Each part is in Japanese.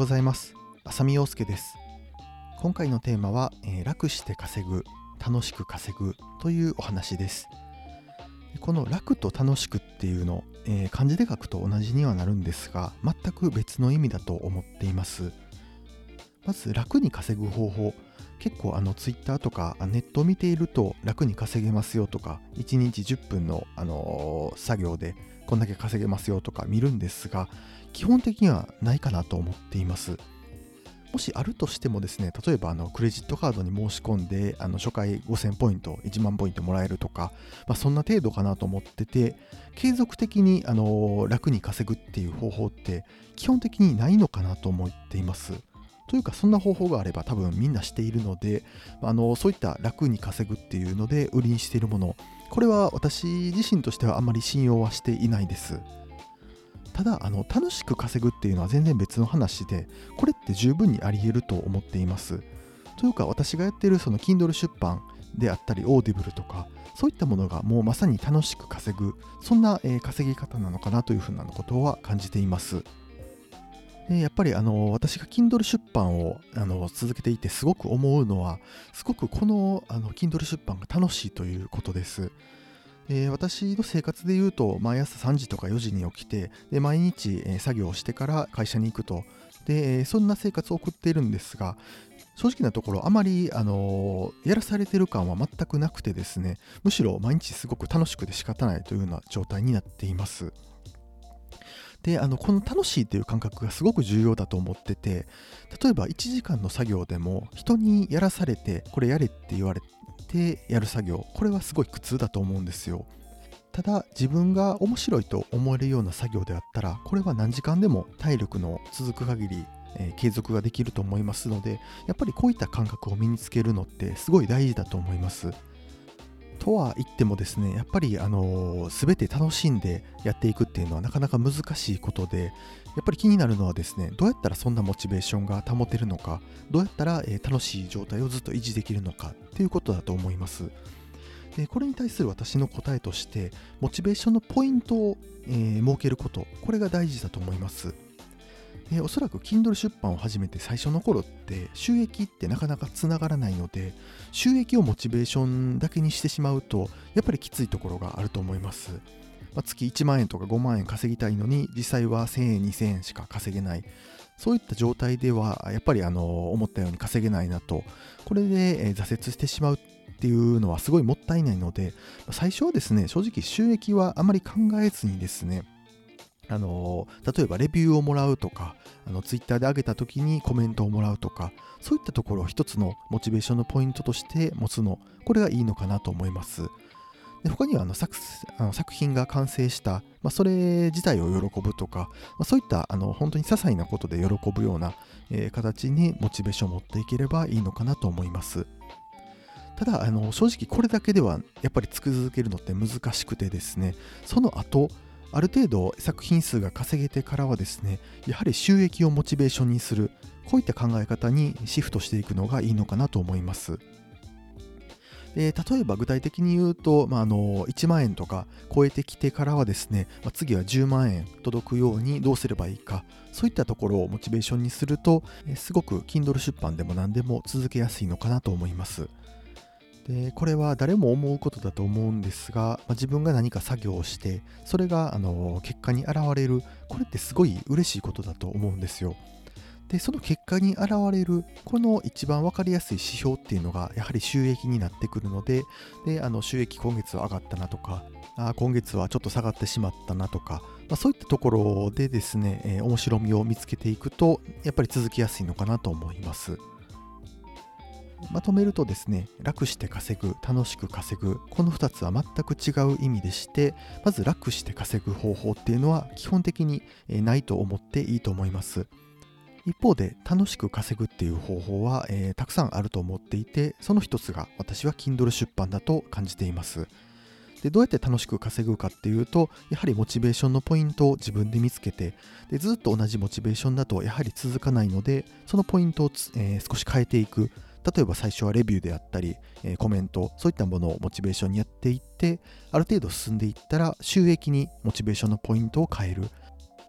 ございます。浅見陽介です。今回のテーマは、楽して稼ぐ、楽しく稼ぐというお話です。この楽と楽しくっていうの、漢字で書くと同じにはなるんですが、全く別の意味だと思っています。まず楽に稼ぐ方法、結構ツイッターとかネットを見ていると楽に稼げますよとか、1日10分の、作業でこんだけ稼げますよとか見るんですが、基本的にはないかなと思っています。もしあるとしてもですね、例えばクレジットカードに申し込んで初回5000ポイント、1万ポイントもらえるとか、そんな程度かなと思ってて、継続的に楽に稼ぐっていう方法って基本的にないのかなと思っています。というか、そんな方法があれば多分みんなしているので、そういった楽に稼ぐっていうので売りにしているもの、これは私自身としてはあまり信用はしていないです。ただ楽しく稼ぐっていうのは全然別の話で、これって十分にあり得ると思っています。というか、私がやっているその Kindle 出版であったり Audible とか、そういったものがもうまさに楽しく稼ぐ、そんな稼ぎ方なのかなというふうなことは感じています。でやっぱり私が Kindle 出版を続けていてすごく思うのは、すごくこのKindle 出版が楽しいということです。私の生活でいうと、毎朝3時とか4時に起きて、で毎日作業をしてから会社に行くと、でそんな生活を送っているんですが、正直なところあまりやらされてる感は全くなくてですね、むしろ毎日すごく楽しくて仕方ないというような状態になっています。でこの楽しいという感覚がすごく重要だと思ってて、例えば1時間の作業でも人にやらされてこれやれって言われてやる作業、これはすごい苦痛だと思うんですよ。ただ自分が面白いと思えるような作業であったら、これは何時間でも体力の続く限り、継続ができると思いますので、やっぱりこういった感覚を身につけるのってすごい大事だと思います。とは言ってもですね、やっぱり全て楽しんでやっていくっていうのはなかなか難しいことで、やっぱり気になるのはですね、どうやったらそんなモチベーションが保てるのか、どうやったら楽しい状態をずっと維持できるのかっていうことだと思います。でこれに対する私の答えとして、モチベーションのポイントを、設けること、これが大事だと思います。おそらく Kindle 出版を始めて最初の頃って収益ってなかなかつながらないので、収益をモチベーションだけにしてしまうとやっぱりきついところがあると思います。月1万円とか5万円稼ぎたいのに実際は1000円2000円しか稼げない、そういった状態ではやっぱり思ったように稼げないなと、これで挫折してしまうっていうのはすごいもったいないので、最初はですね、正直収益はあまり考えずにですね、例えばレビューをもらうとか、ツイッターで上げた時にコメントをもらうとか、そういったところを一つのモチベーションのポイントとして持つの、これがいいのかなと思います。で他には作品が完成した、それ自体を喜ぶとか、そういった本当に些細なことで喜ぶような、形にモチベーションを持っていければいいのかなと思います。ただ正直これだけではやっぱり続けるのって難しくてですね、その後ある程度作品数が稼げてからはですね、やはり収益をモチベーションにする、こういった考え方にシフトしていくのがいいのかなと思います。で例えば具体的に言うと、1万円とか超えてきてからはですね、次は10万円届くようにどうすればいいか、そういったところをモチベーションにすると、すごく Kindle 出版でも何でも続けやすいのかなと思います。でこれは誰も思うことだと思うんですが、自分が何か作業をしてそれが結果に現れる、これってすごい嬉しいことだと思うんですよ。でその結果に現れるこの一番分かりやすい指標っていうのがやはり収益になってくるので、収益今月は上がったなとか、今月はちょっと下がってしまったなとか、そういったところでですね、面白みを見つけていくとやっぱり続きやすいのかなと思います。まとめるとですね、楽して稼ぐ、楽しく稼ぐ、この2つは全く違う意味でして、まず楽して稼ぐ方法っていうのは基本的にないと思っていいと思います。一方で楽しく稼ぐっていう方法は、たくさんあると思っていて、その一つが私は Kindle 出版だと感じています。でどうやって楽しく稼ぐかっていうと、やはりモチベーションのポイントを自分で見つけて、でずっと同じモチベーションだとやはり続かないので、そのポイントを少し変えていく。例えば最初はレビューであったり、コメント、そういったものをモチベーションにやっていって、ある程度進んでいったら収益にモチベーションのポイントを変える。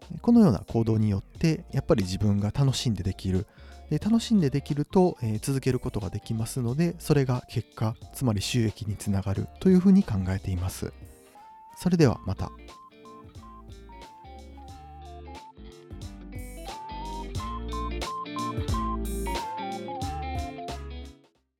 このような行動によってやっぱり自分が楽しんでできる。で楽しんでできると、続けることができますので、それが結果、つまり収益につながるというふうに考えています。それではまた。